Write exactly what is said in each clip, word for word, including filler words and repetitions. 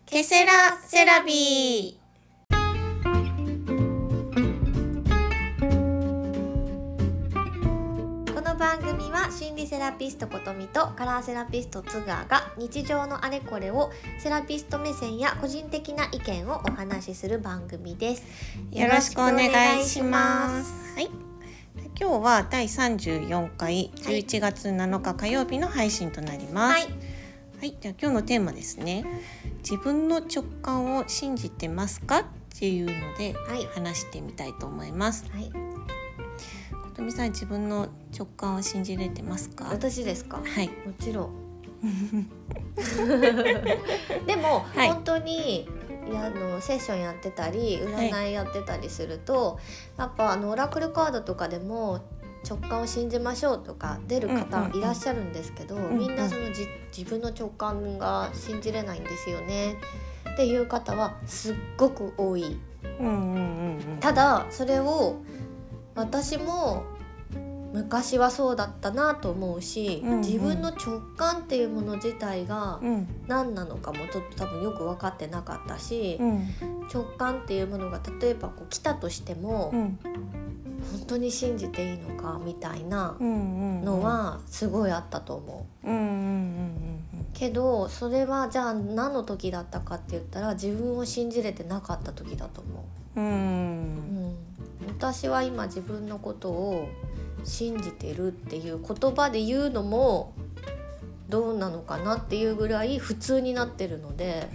ケセラセラビー。この番組は心理セラピストことみとカラーセラピストつがが日常のあれこれをセラピスト目線や個人的な意見をお話しする番組です。 よろしくお願いします。はい、今日はだいさんじゅうよんかいじゅういちがつなのか火曜日の配信となります。はい、はい、じゃあ今日のテーマですね。自分の直感を信じてますかっていうので話してみたいと思います。はい、ことみさん、自分の直感を信じれてますか？ 私ですか？ はい、 もちろん。でも、はい、本当にあのセッションやってたり占いやってたりすると、はい、やっぱあのオラクルカードとかでも直感を信じましょうとか出る方いらっしゃるんですけど、うんうんうん、みんなそのじ自分の直感が信じれないんですよねっていう方はすっごく多い、うんうんうんうん、ただそれを私も昔はそうだったなと思うし、うんうん、自分の直感っていうもの自体が何なのかもちょっと多分よく分かってなかったし、うん、直感っていうものが例えばこう来たとしても、うん、本当に信じていいのかみたいなのはすごいあったと思う、うんうんうんうん、けどそれはじゃあ何の時だったかって言ったら自分を信じれてなかった時だと思う、うんうん、私は今自分のことを信じてるっていう言葉で言うのもどうなのかなっていうぐらい普通になってるので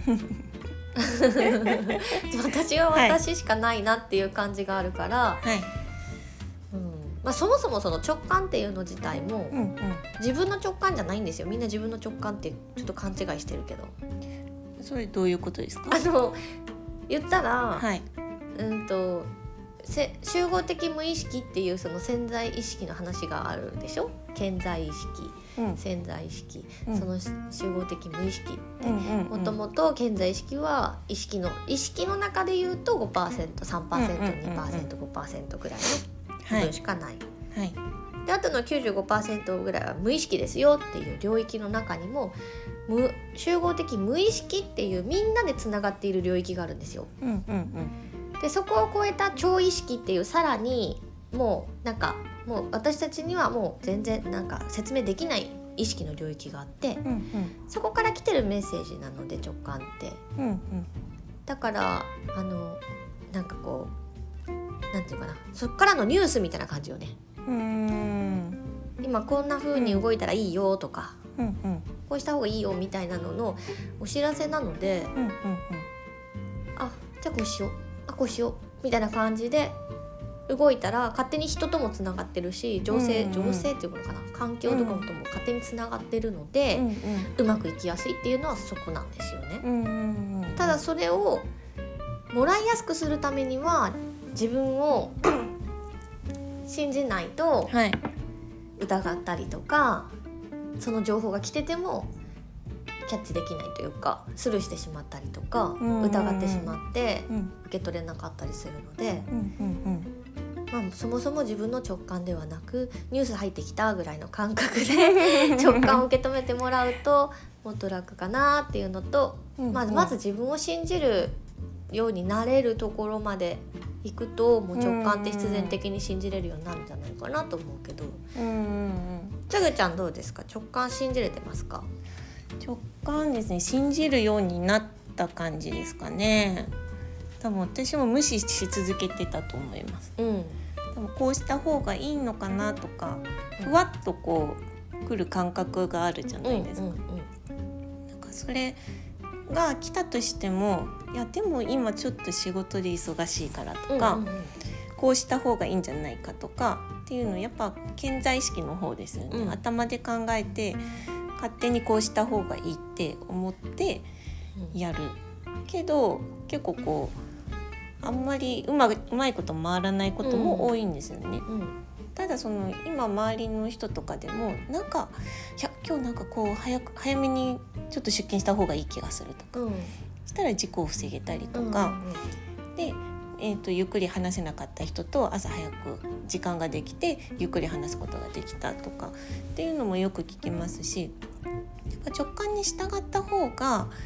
私は私しかないなっていう感じがあるから、はい、うんまあ、そもそもその直感っていうの自体も、うんうん、自分の直感じゃないんですよ。みんな自分の直感ってちょっと勘違いしてるけど。 それどういうことですか？ あの言ったら、はい、うんと集合的無意識っていうその潜在意識の話があるでしょ。顕在意識、うん、潜在意識、うん、その集合的無意識ってもともと顕在意識は意識の意識の中で言うと ごパーセント、さんパーセント、にパーセント、ごパーセントぐらいの部分しかない、はいはい、であとの きゅうじゅうごパーセント ぐらいは無意識ですよっていう領域の中にも無集合的無意識っていうみんなでつながっている領域があるんですよ、うんうんうん、でそこを超えた超意識っていうさらにもうなんかもう私たちにはもう全然なんか説明できない意識の領域があって、うんうん、そこから来てるメッセージなので直感って、うんうん、だからあのなんかこうなんていうかな、そこからのニュースみたいな感じよね。うーん今こんな風に動いたらいいよとか、うんうん、こうした方がいいよみたいなののお知らせなので、うんうんうん、あじゃあこうしようあこうしようみたいな感じで動いたら勝手に人ともつながってるし情勢、うんうん、情勢っていうのかな環境とかとも勝手につながってるので、うんうん、うまくいきやすいっていうのはそこなんですよね、うんうんうん、ただそれをもらいやすくするためには自分を信じないと疑ったりとか、はい、その情報が来ててもキャッチできないというかスルーしてしまったりとか、うんうんうん、疑ってしまって受け取れなかったりするので、うんうんうんまあ、そもそも自分の直感ではなくニュース入ってきたぐらいの感覚で直感を受け止めてもらうともっと楽かなっていうのと、うんうんまあ、まず自分を信じるようになれるところまで行くともう直感って必然的に信じれるようになるんじゃないかなと思うけど、うんうんうん、つぐちゃんどうですか？直感信じれてますか？ 直感ですね、信じるようになった感じですかね。多分私も無視し続けてたと思います、うん、多分こうした方がいいのかなとかふわっとこう来る感覚があるじゃないですか、うんうんうん、なんかそれが来たとしてもいやでも今ちょっと仕事で忙しいからとか、うんうんうん、こうした方がいいんじゃないかとかっていうのやっぱ顕在意識の方ですよね、うん、頭で考えて勝手にこうした方がいいって思ってやる、うん、けど結構こうあんまりうま、うまいこと回らないことも多いんですよね、うんうん、ただその今周りの人とかでもなんかいや今日なんかこう 早く早めにちょっと出勤した方がいい気がするとか、うん、したら事故を防げたりとか、うんうん、で、えーと、ゆっくり話せなかった人と朝早く時間ができてゆっくり話すことができたとかっていうのもよく聞きますし、やっぱ直感に従った方がやっ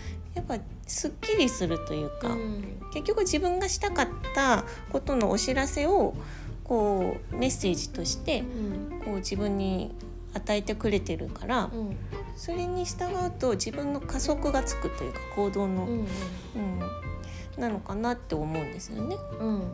ぱすっきりするというか、 うん、 結局自分がしたかったことのお知らせをこうメッセージとしてこう自分に与えてくれてるから、うん、それに従うと自分の加速がつくというか行動の、うんうんうん、なのかなって思うんですよね。うんうんうんうん、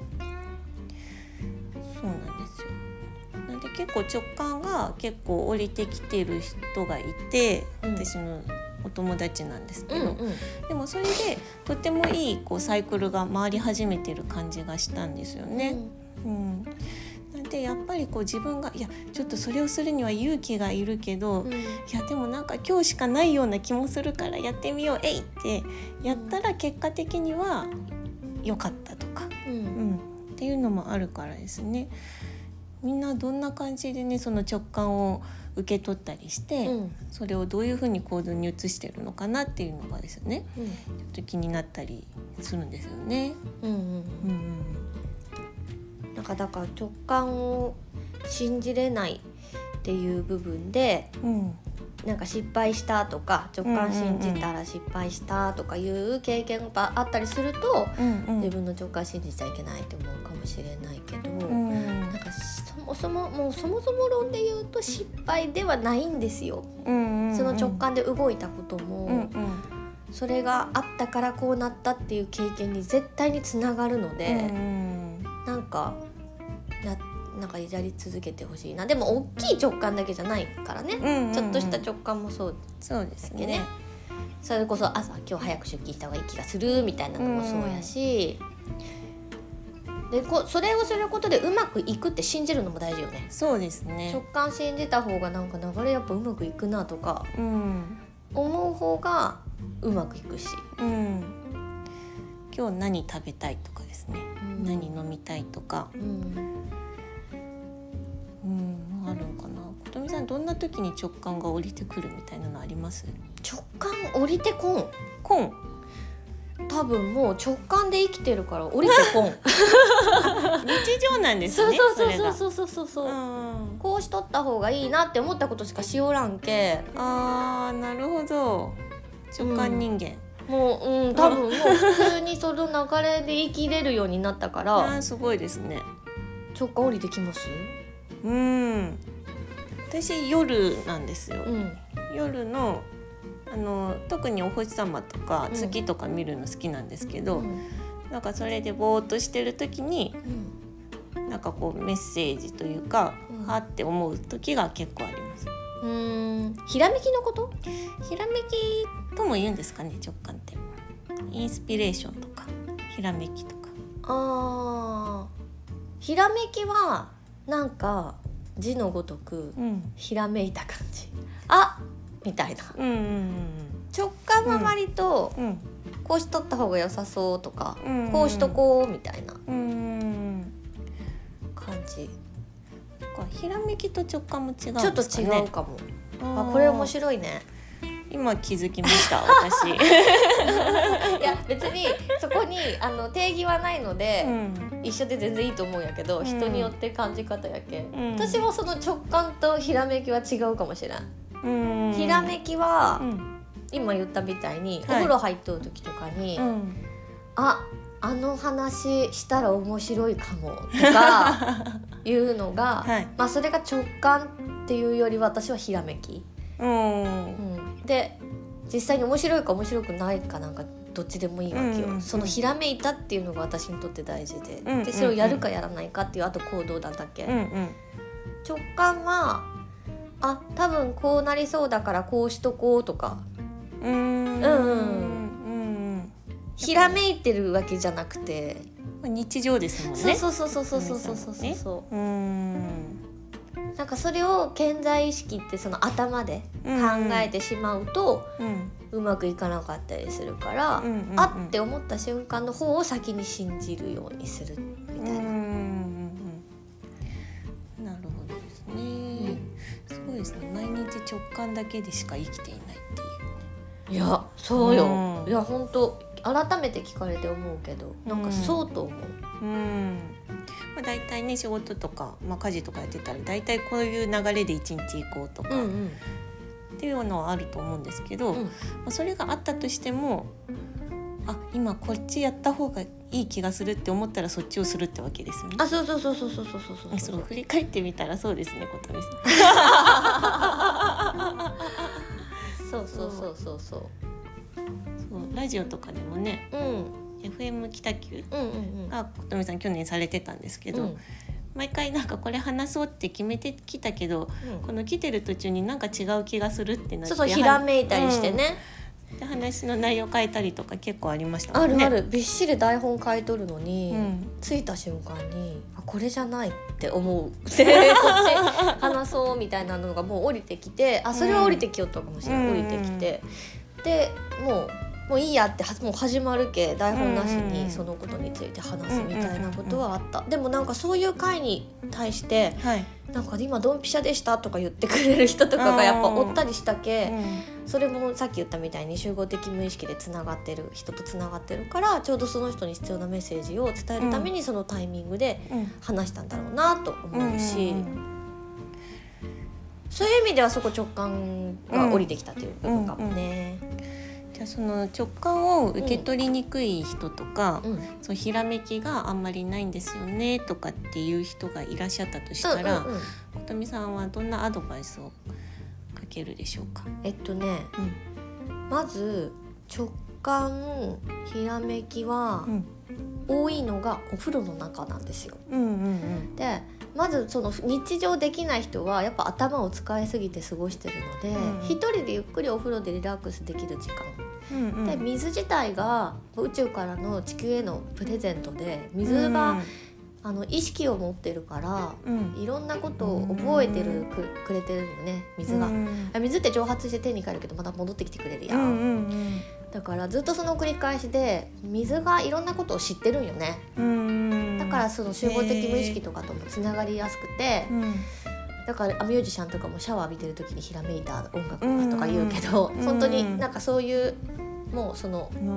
そうなんですよ。なんで結構直感が結構降りてきてる人がいて、うん、私のお友達なんですけど、うんうん、でもそれでとてもいいこうサイクルが回り始めてる感じがしたんですよね。うんうん、なんでやっぱりこう自分がいやちょっとそれをするには勇気がいるけど、うん、いやでもなんか今日しかないような気もするからやってみようえいってやったら結果的には良かったとか、うんうん、っていうのもあるからですね。みんなどんな感じでねその直感を受け取ったりして、うん、それをどういうふうに行動に移してるのかなっていうのがですね、うん、ちょっと気になったりするんですよね。うんうんうんうん、なんかだから直感を信じれないっていう部分で、うん、なんか失敗したとか直感信じたら失敗したとかいう経験があったりすると、うんうん、自分の直感信じちゃいけないって思うかもしれないけど、うん、なんかそもそももうそもそも論で言うと失敗ではないんですよ、うんうんうん、その直感で動いたことも、うんうん、それがあったからこうなったっていう経験に絶対につながるので、うんうん、なんかやなんかやり続けてほしいな。でも大きい直感だけじゃないからね、うんうんうん、ちょっとした直感もそうそうですね。 それこそ朝今日早く出勤した方がいい気がするみたいなのもそうやし、うん、でこそれをすることでうまくいくって信じるのも大事よね。 そうですね。 直感信じた方がなんか流れやっぱうまくいくなとか、うん、思う方がうまくいくし、うん、 今日何食べたいとかですね、うん、何飲みたいとか、うんうん、あるのかな。ことみさんどんな時に直感が降りてくるみたいなのあります？ 直感降りてこんこん多分もう直感で生きてるから降りてこん日常なんですね。 そうそうそうそうそうそうそう、うん、こうしとった方がいいなって思ったことしかしおらんけ。 あーなるほど。直感人間、 うん、もう、うん、多分もう普通にその流れで生きれるようになったからあすごいですね。 直感降りてきます？ うん私夜なんですよ、うん、夜のあの特にお星様とか月とか見るの好きなんですけど、うん、なんかそれでぼーっとしてる時に、うん、なんかこうメッセージというか、うん、はって思う時が結構あります。 うーんひらめきのこと？ ひらめきとも言うんですかね直感って。インスピレーションとかひらめきとか。 あひらめきはなんか字のごとく、うん、ひらめいた感じあみたいな、うんうんうん、直感は割と、うん、こうしとった方が良さそうとか、うんうん、こうしとこうみたいな感じ。 ひらめきと直感も違うんですかね。 ちょっと違うかも。ああこれ面白いね。 今気づきました私いや別にそこにあの定義はないので、うん、一緒で全然いいと思うんやけど、うん、人によって感じ方やけ、うん、私もその直感とひらめきは違うかもしれん、うん、ひらめきは、うん、今言ったみたいに、はい、お風呂入っとる時とかに、うん、ああの話したら面白いかもとかいうのが、はい、まあそれが直感っていうよりは私はひらめき、うんうん、で実際に面白いか面白くないかなんかどっちでもいいわけよ、うんうん、そのひらめいたっていうのが私にとって大事で、うんうん、でそれをやるかやらないかっていうあと行動だだけ、うんうん、直感はあ多分こうなりそうだからこうしとこうとかうんうんうんひらめいてるわけじゃなくて日常ですもんね。 そうそうそうそうそうそうそうそうそう、うんなんかそれを顕在意識ってその頭で考えてしまうと、うんうん、うまくいかなかったりするから、うんうんうん、あって思った瞬間の方を先に信じるようにするみたいな、うんうんうん、なるほどですね、うん、すごいですね。毎日直感だけでしか生きていないっていう。 いやそうよ、うん、いや本当改めて聞かれて思うけどなんかそうと思う、うんうんまあ、大体ね仕事とか、まあ、家事とかやってたら大体こういう流れで一日行こうとか、うんうん、 っていうのはあると思うんですけど、うん、まあ、それがあったとしても、あ、今こっちやった方がいい気がするって思ったらそっちをするってわけですよね。 あ、そうそうそうそうそうそうそうそうそう、振り返ってみたらそうですね、ことみさん。 そうそうそうそうそう。 そうラジオとかでもね、うん、エフエム 北九がことみさん去年されてたんですけど、うん、毎回なんかこれ話そうって決めてきたけど、うん、この来てる途中になんか違う気がするってなって、 そうそう、ひらめいたりしてね、 うん、で話の内容変えたりとか結構ありましたもんね。 あるある、びっしり台本書いとるのに、うん、着いた瞬間にあ、これじゃないって思うで、こっち話そうみたいなのがもう降りてきて、あ、それは降りてきよったかもしれない、うん、降りてきて、でもうもういいやってもう始まるけ台本なしにそのことについて話すみたいなことはあった。でもなんかそういう回に対して、はい、なんか今ドンピシャでしたとか言ってくれる人とかがやっぱおったりしたけ、うん、それもさっき言ったみたいに集合的無意識でつながってる人とつながってるから、ちょうどその人に必要なメッセージを伝えるためにそのタイミングで話したんだろうなと思うし、そういう意味ではそこ直感が降りてきたという部分かもね。 うんうんうん、じゃあその直感を受け取りにくい人とか、うん、そのひらめきがあんまりないんですよねとかっていう人がいらっしゃったとしたら、ことみさんはどんなアドバイスをかけるでしょうか？ えっとね、うん、まず直感、ひらめきは多いのがお風呂の中なんですよ。うんうんうん、でまずその日常できない人はやっぱ頭を使いすぎて過ごしてるので、うん、一人でゆっくりお風呂でリラックスできる時間、うんうん、で水自体が宇宙からの地球へのプレゼントで、水が、うん、あの意識を持ってるから、うん、いろんなことを覚えてる く, くれてるよね、水が、うん、水って蒸発して手に帰るけどまた戻ってきてくれるやん、うんうんうん、だからずっとその繰り返しで水がいろんなことを知ってるんよね、うん、だからその集合的無意識とかともつながりやすくて、うん、だからミュージシャンとかもシャワー浴びてる時にひらめいた音楽がとか言うけど、うん、本当になんかそういうもうその、うん、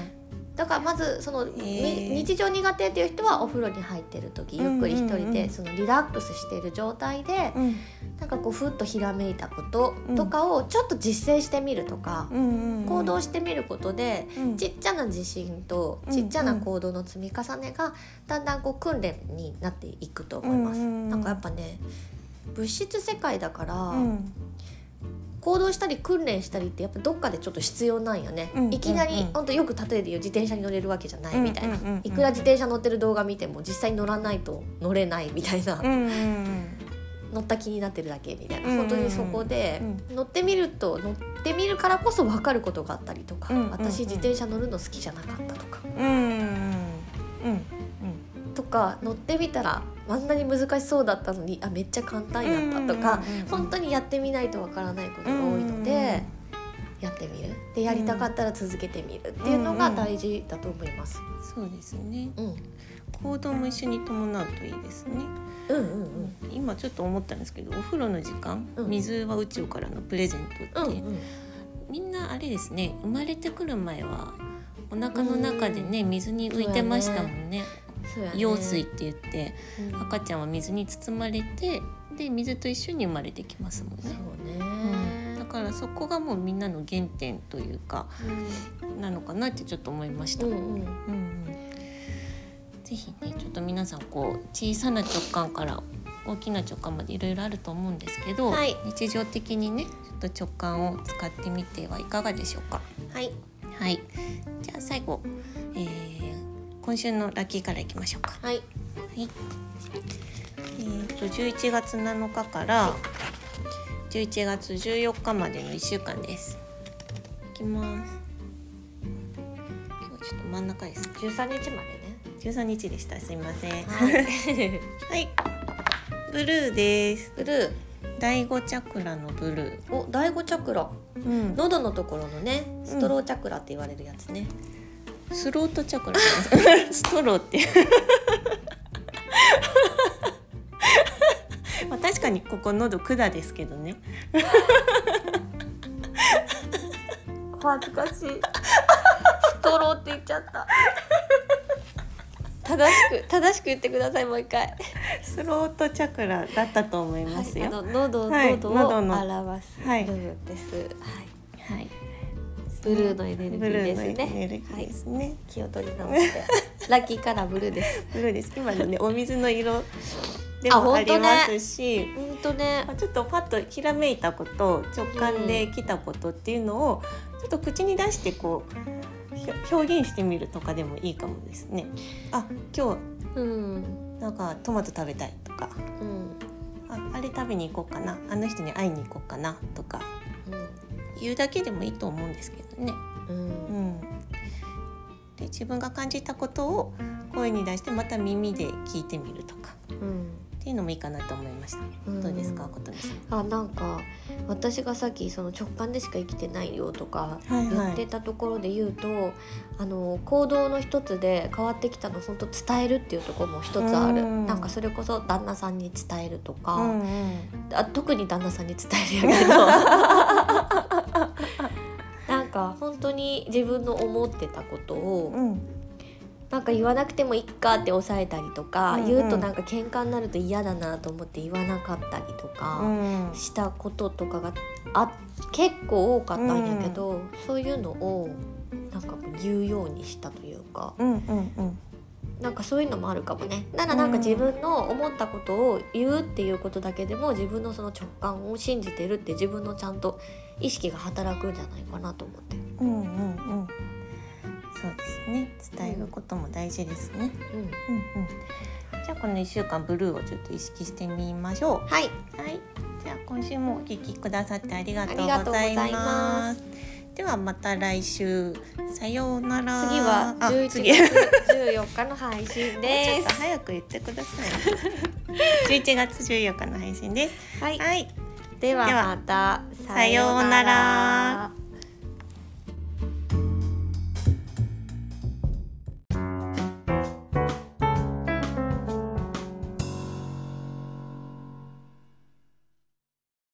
だからまずその、えー、日常苦手っていう人はお風呂に入ってる時ゆっくり一人でそのリラックスしている状態で、うん、なんかこうふっとひらめいたこととかをちょっと実践してみるとか、うん、行動してみることで、うん、ちっちゃな自信とちっちゃな行動の積み重ねがだんだんこう訓練になっていくと思います、うん、なんかやっぱね物質世界だから、うん、行動したり訓練したりってやっぱどっかでちょっと必要なんよね、うんうんうん、いきなりほんとよく例えで言う自転車に乗れるわけじゃないみたいな、うんうんうんうん、いくら自転車乗ってる動画見ても実際に乗らないと乗れないみたいな、うんうんうん、乗った気になってるだけみたいな、うんうんうん、本当にそこで、うん、乗ってみると乗ってみるからこそ分かることがあったりとか、うんうんうん、私自転車乗るの好きじゃなかったとか、うんうんうん、とか乗ってみたらあんなに難しそうだったのにあめっちゃ簡単やったとか、うんうんうん、本当にやってみないとわからないことが多いので、うんうん、やってみるでやりたかったら続けてみるっていうのが大事だと思います、 うんうん、そうですね、うん、行動も一緒に伴うといいですね、うんうんうん、今ちょっと思ったんですけどお風呂の時間、うん、水は宇宙からのプレゼントって、うんうん、みんなあれですね生まれてくる前はお腹の中でね水に浮いてましたもんね、羊水って言って、うん、赤ちゃんは水に包まれてで水と一緒に生まれてきますもんね。そうね、うん、だからそこがもうみんなの原点というか、うん、なのかなってちょっと思いました、うんうんうんうん、ぜひねちょっと皆さんこう小さな直感から大きな直感までいろいろあると思うんですけど、はい、日常的にねちょっと直感を使ってみてはいかがでしょうか。 はい、 はい、じゃあ最後、えー今週のラッキーからいきましょうか。はい。はい。えーとじゅういちがつなのかからじゅういちがつじゅうよっかまでのいっしゅうかんです。いきます。今日はちょっと真ん中ですね。 じゅうさんにちまでね。 じゅうさんにちでした。すいません。はい。はい。ブルーです。 ブルー。 第五チャクラのブルー。 お、第五チャクラ。うん。喉のところのね、ストローチャクラって言われるやつね。 うん、スロートチャクラストローってまあ確かにここ喉管ですけどね恥ずかしいストローって言っちゃった正しく正しく言ってください。もう一回。 スロートチャクラだったと思いますよ。 はい、あの喉、はい、喉を表す部分です。はい。はい。ブルーのエネルギーですね。エネルギーですね。はい、気を取り直して。ラッキーカラーブルーです。 ブルーです。今のねお水の色でもありますし、 本当ね。 ちょっとパッとひらめいたこと、直感で来たことっていうのをちょっと口に出してこう表現してみるとかでもいいかもですね。あ、今日、うん、なんかトマト食べたいとか、うん、あ、あれ食べに行こうかな、あの人に会いに行こうかなとか、うん、言うだけでもいいと思うんですけどね。うんうん、で自分が感じたことを声に出してまた耳で聞いてみるとか、うん、っていうのもいいかなと思いました。うん、どうですか、ことにさん。 あ、なんか私がさっきその直感でしか生きてないよとか言ってたところで言うと、はいはい、あの行動の一つで変わってきたの本当伝えるっていうところも一つある。んなんかそれこそ旦那さんに伝えるとか、うんうん、あ特に旦那さんに伝えるやけどなんか本当に自分の思ってたことを、うん、なんか言わなくてもいいかって抑えたりとか、うんうん、言うとなんか喧嘩になると嫌だなと思って言わなかったりとかしたこととかがあ結構多かったんやけど、うん、そういうのをなんか言うようにしたというか、うんうんうん、なんかそういうのもあるかもね。ならなんか自分の思ったことを言うっていうことだけでも自分のその直感を信じてるって自分のちゃんと意識が働くんじゃないかなと思って。うんうんうん、 そうですね。伝えることも大事ですね。うんうんうん、じゃあこのいっしゅうかんブルーをちょっと意識してみましょう。 はい。 はい。じゃあ今週もお聞きくださってありがとうございます。ではまた来週、さようなら。 次はじゅういちがつじゅうよっかの配信です。 ちょっと早く言ってください。じゅういちがつじゅうよっかの配信です。 はい。はい、ではまたさようなら。